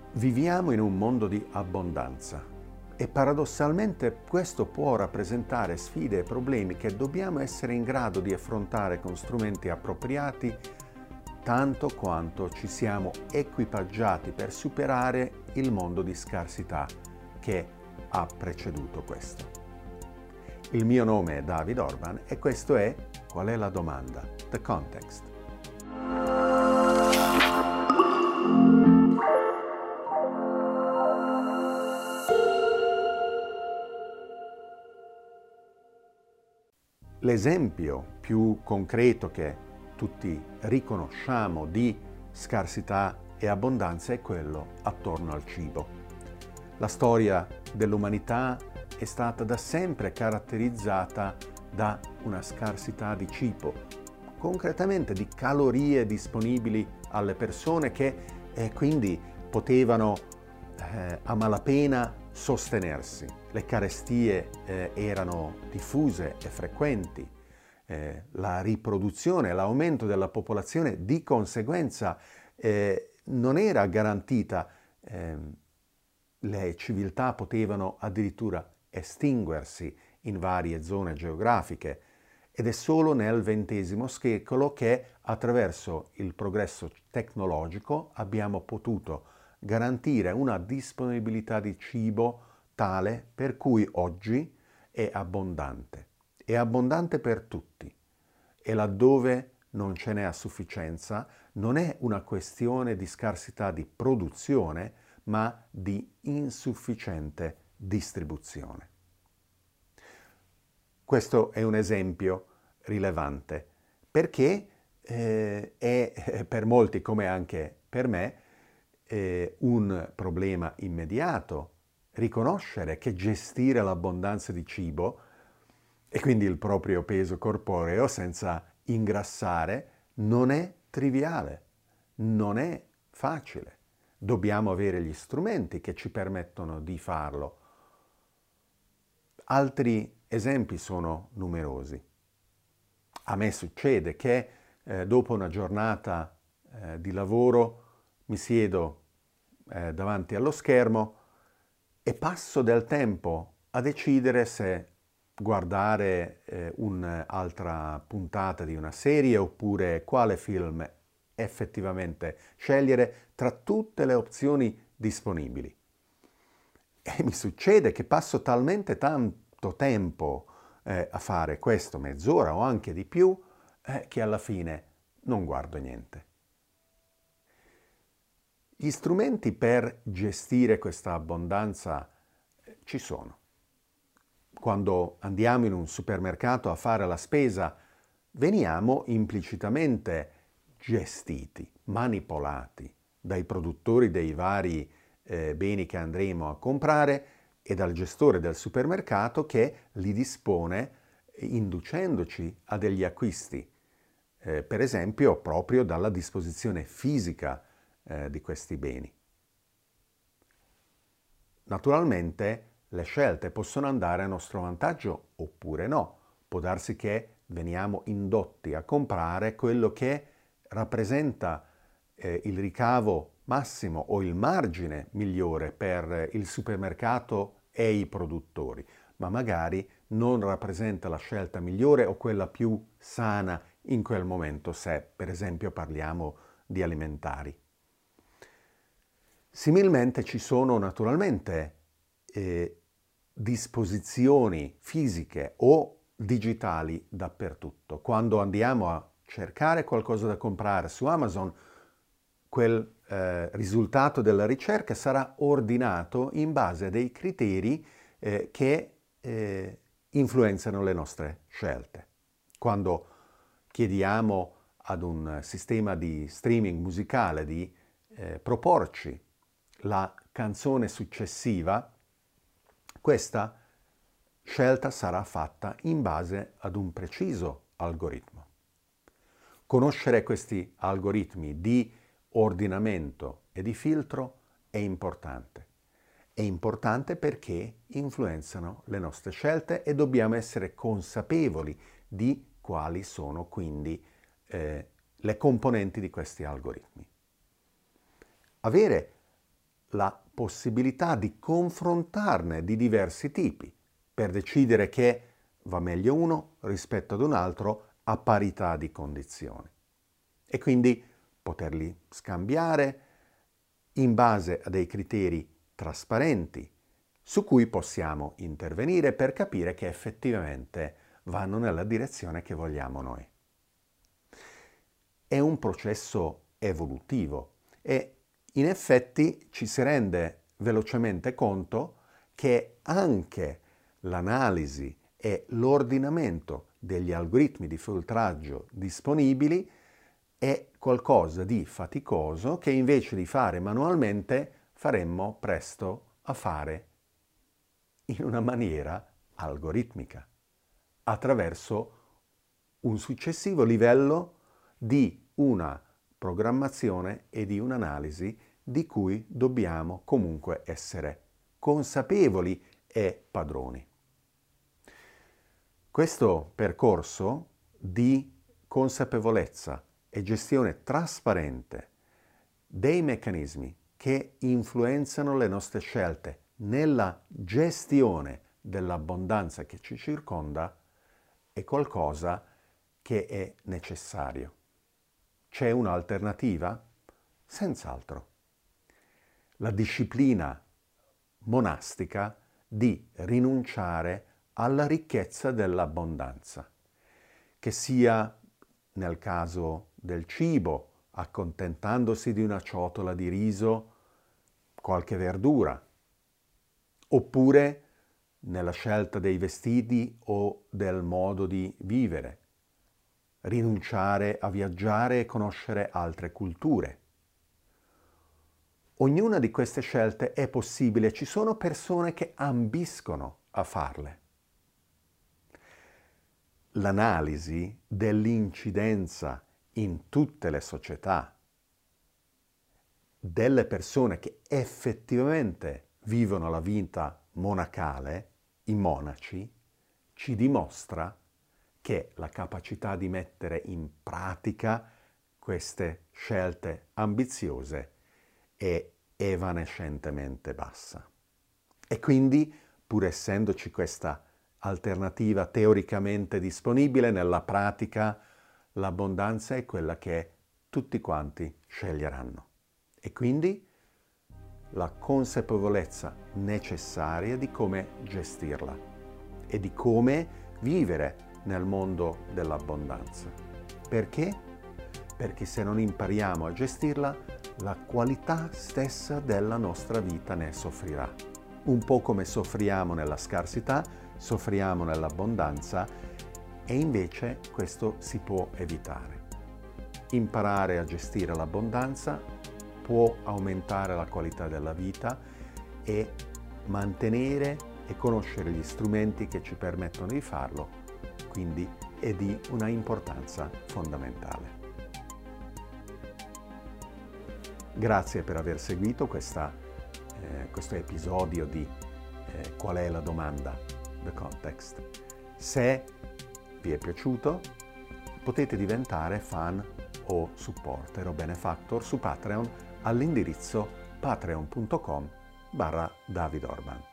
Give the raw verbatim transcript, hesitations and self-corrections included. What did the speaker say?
Viviamo in un mondo di abbondanza e paradossalmente questo può rappresentare sfide e problemi che dobbiamo essere in grado di affrontare con strumenti appropriati tanto quanto ci siamo equipaggiati per superare il mondo di scarsità che ha preceduto questo. Il mio nome è David Orban e questo è Qual è la domanda? The Context. L'esempio più concreto che tutti riconosciamo di scarsità e abbondanza è quello attorno al cibo. La storia dell'umanità è stata da sempre caratterizzata da una scarsità di cibo, concretamente di calorie disponibili alle persone che eh, quindi potevano eh, a malapena sostenersi. Le carestie eh, erano diffuse e frequenti, eh, la riproduzione, l'aumento della popolazione di conseguenza eh, non era garantita, eh, le civiltà potevano addirittura estinguersi in varie zone geografiche ed è solo nel ventesimo secolo che attraverso il progresso tecnologico abbiamo potuto garantire una disponibilità di cibo tale per cui oggi è abbondante. È abbondante per tutti e laddove non ce n'è a sufficienza non è una questione di scarsità di produzione, ma di insufficiente distribuzione. Questo è un esempio rilevante perché eh, è per molti, come anche per me, eh, un problema immediato riconoscere che gestire l'abbondanza di cibo e quindi il proprio peso corporeo senza ingrassare non è triviale, non è facile. Dobbiamo avere gli strumenti che ci permettono di farlo. Altri esempi sono numerosi. A me succede che eh, dopo una giornata eh, di lavoro mi siedo eh, davanti allo schermo e passo del tempo a decidere se guardare eh, un'altra puntata di una serie oppure quale film effettivamente scegliere tra tutte le opzioni disponibili. E mi succede che passo talmente tanto tempo eh, a fare questo, mezz'ora o anche di più, eh, che alla fine non guardo niente. Gli strumenti per gestire questa abbondanza eh, ci sono. Quando andiamo in un supermercato a fare la spesa, veniamo implicitamente gestiti, manipolati dai produttori dei vari eh, beni che andremo a comprare e dal gestore del supermercato che li dispone inducendoci a degli acquisti, eh, per esempio proprio dalla disposizione fisica eh, di questi beni. Naturalmente le scelte possono andare a nostro vantaggio oppure no. Può darsi che veniamo indotti a comprare quello che rappresenta eh, il ricavo massimo o il margine migliore per il supermercato e i produttori, ma magari non rappresenta la scelta migliore o quella più sana in quel momento, se per esempio parliamo di alimentari. Similmente ci sono naturalmente eh, disposizioni fisiche o digitali dappertutto. Quando andiamo a cercare qualcosa da comprare su Amazon, quel eh, risultato della ricerca sarà ordinato in base a dei criteri eh, che eh, influenzano le nostre scelte. Quando chiediamo ad un sistema di streaming musicale di eh, proporci la canzone successiva, questa scelta sarà fatta in base ad un preciso algoritmo. Conoscere questi algoritmi di ordinamento e di filtro è importante. È importante perché influenzano le nostre scelte e dobbiamo essere consapevoli di quali sono quindi eh, le componenti di questi algoritmi. Avere la possibilità di confrontarne di diversi tipi per decidere che va meglio uno rispetto ad un altro a parità di condizioni. E quindi poterli scambiare in base a dei criteri trasparenti su cui possiamo intervenire per capire che effettivamente vanno nella direzione che vogliamo noi. È un processo evolutivo e in effetti ci si rende velocemente conto che anche l'analisi e l'ordinamento degli algoritmi di filtraggio disponibili è qualcosa di faticoso che invece di fare manualmente faremmo presto a fare in una maniera algoritmica, attraverso un successivo livello di una programmazione e di un'analisi di cui dobbiamo comunque essere consapevoli e padroni. Questo percorso di consapevolezza e gestione trasparente dei meccanismi che influenzano le nostre scelte nella gestione dell'abbondanza che ci circonda è qualcosa che è necessario. C'è un'alternativa? Senz'altro. La disciplina monastica di rinunciare alla ricchezza dell'abbondanza, che sia nel caso del cibo, accontentandosi di una ciotola di riso, qualche verdura, oppure nella scelta dei vestiti o del modo di vivere, rinunciare a viaggiare e conoscere altre culture. Ognuna di queste scelte è possibile, ci sono persone che ambiscono a farle. L'analisi dell'incidenza in tutte le società delle persone che effettivamente vivono la vita monacale, i monaci, ci dimostra che la capacità di mettere in pratica queste scelte ambiziose è evanescentemente bassa. E quindi, pur essendoci questa alternativa teoricamente disponibile, nella pratica l'abbondanza è quella che tutti quanti sceglieranno. E quindi la consapevolezza necessaria di come gestirla e di come vivere nel mondo dell'abbondanza. Perché? Perché se non impariamo a gestirla, la qualità stessa della nostra vita ne soffrirà. Un po' come soffriamo nella scarsità, soffriamo nell'abbondanza e invece questo si può evitare. Imparare a gestire l'abbondanza può aumentare la qualità della vita e mantenere e conoscere gli strumenti che ci permettono di farlo, quindi è di una importanza fondamentale. Grazie per aver seguito questa, eh, questo episodio di eh, Qual è la domanda? The Context. Se vi è piaciuto, potete diventare fan o supporter o benefactor su Patreon all'indirizzo patreon punto com barra David Orban.